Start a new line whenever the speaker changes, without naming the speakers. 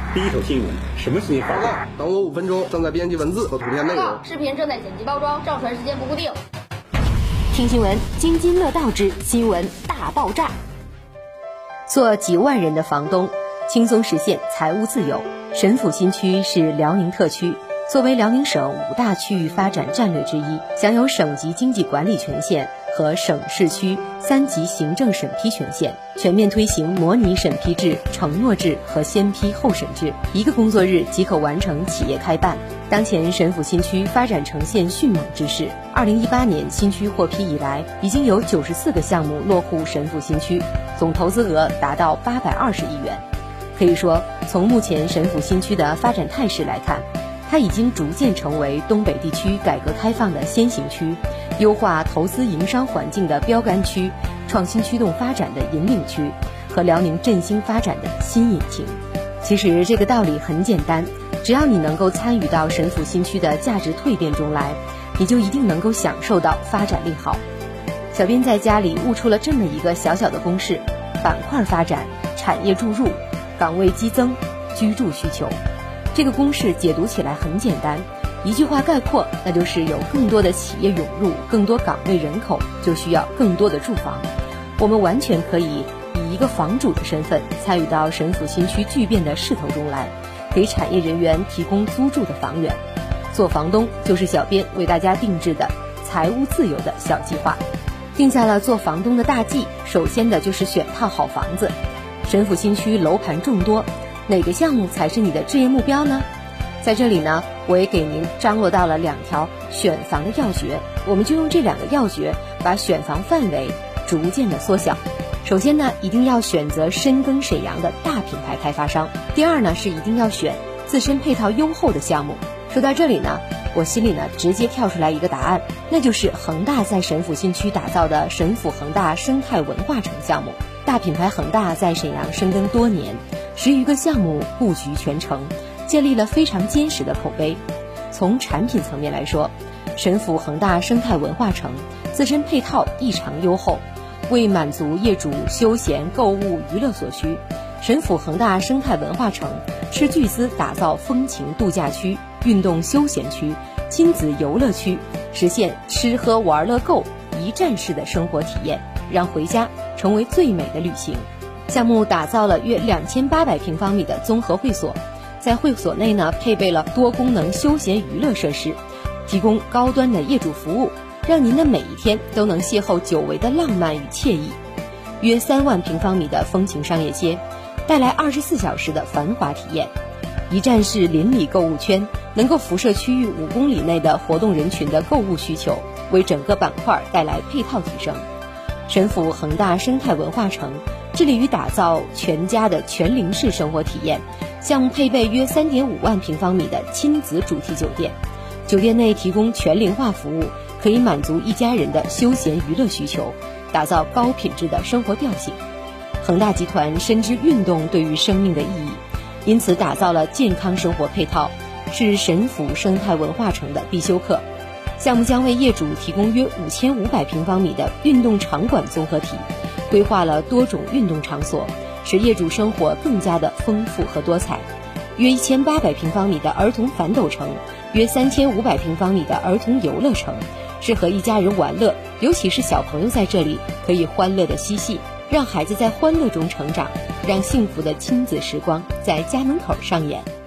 第一手新闻，什么新闻？
报告，等我5分钟，正在编辑文字和图片内容。
视频正在剪辑包装，上传时间不固定。
听新闻，津津乐道之新闻大爆炸。做几万人的房东，轻松实现财务自由。沈府新区是辽宁特区，作为辽宁省5大区域发展战略之一，享有省级经济管理权限和省市区3级行政审批权限，全面推行模拟审批制、承诺制和先批后审制，1个工作日即可完成企业开办。当前沈府新区发展呈现迅猛之势，2018年新区获批以来，已经有94个项目落户沈府新区，总投资额达到820亿元。可以说，从目前沈府新区的发展态势来看，它已经逐渐成为东北地区改革开放的先行区，优化投资营商环境的标杆区，创新驱动发展的引领区，和辽宁振兴发展的新引擎。其实这个道理很简单，只要你能够参与到沈府新区的价值蜕变中来，你就一定能够享受到发展利好。小编在家里悟出了这么一个小小的公式：板块发展、产业注入、岗位激增、居住需求。这个公式解读起来很简单，一句话概括，那就是有更多的企业涌入，更多岗位人口，就需要更多的住房。我们完全可以以一个房主的身份参与到沈府新区巨变的势头中来，给产业人员提供租住的房源。做房东就是小编为大家定制的财务自由的小计划，定下了做房东的大计。首先的就是选套好房子。沈府新区楼盘众多，哪个项目才是你的置业目标呢？在这里呢，我也给您张罗到了2条选房的要诀，我们就用这2个要诀把选房范围逐渐的缩小。首先呢，一定要选择深耕沈阳的大品牌开发商。第二呢，是一定要选自身配套优厚的项目。说到这里呢，我心里呢直接跳出来一个答案，那就是恒大在沈府新区打造的沈府恒大生态文化城项目。大品牌恒大在沈阳深耕多年，10余个项目布局全城，建立了非常坚实的口碑。从产品层面来说，沈府恒大生态文化城自身配套异常优厚，为满足业主休闲、购物、娱乐所需，沈府恒大生态文化城斥巨资打造风情度假区、运动休闲区、亲子游乐区，实现吃喝玩乐购一站式的生活体验，让回家成为最美的旅行。项目打造了约2800平方米的综合会所，在会所内呢，配备了多功能休闲娱乐设施，提供高端的业主服务，让您的每一天都能邂逅久违的浪漫与惬意。约3万平方米的风情商业街，带来24小时的繁华体验。一站式邻里购物圈，能够辐射区域5公里内的活动人群的购物需求，为整个板块带来配套提升。沈府恒大生态文化城致力于打造全家的全龄式生活体验，项目配备约3.5万平方米的亲子主题酒店，酒店内提供全龄化服务，可以满足一家人的休闲娱乐需求，打造高品质的生活调性。恒大集团深知运动对于生命的意义，因此打造了健康生活配套，是沈府生态文化城的必修课。项目将为业主提供约5500平方米的运动场馆综合体，规划了多种运动场所，使业主生活更加的丰富和多彩。约1800平方米的儿童反斗城，约3500平方米的儿童游乐城，适合一家人玩乐，尤其是小朋友在这里可以欢乐的嬉戏，让孩子在欢乐中成长，让幸福的亲子时光在家门口上演。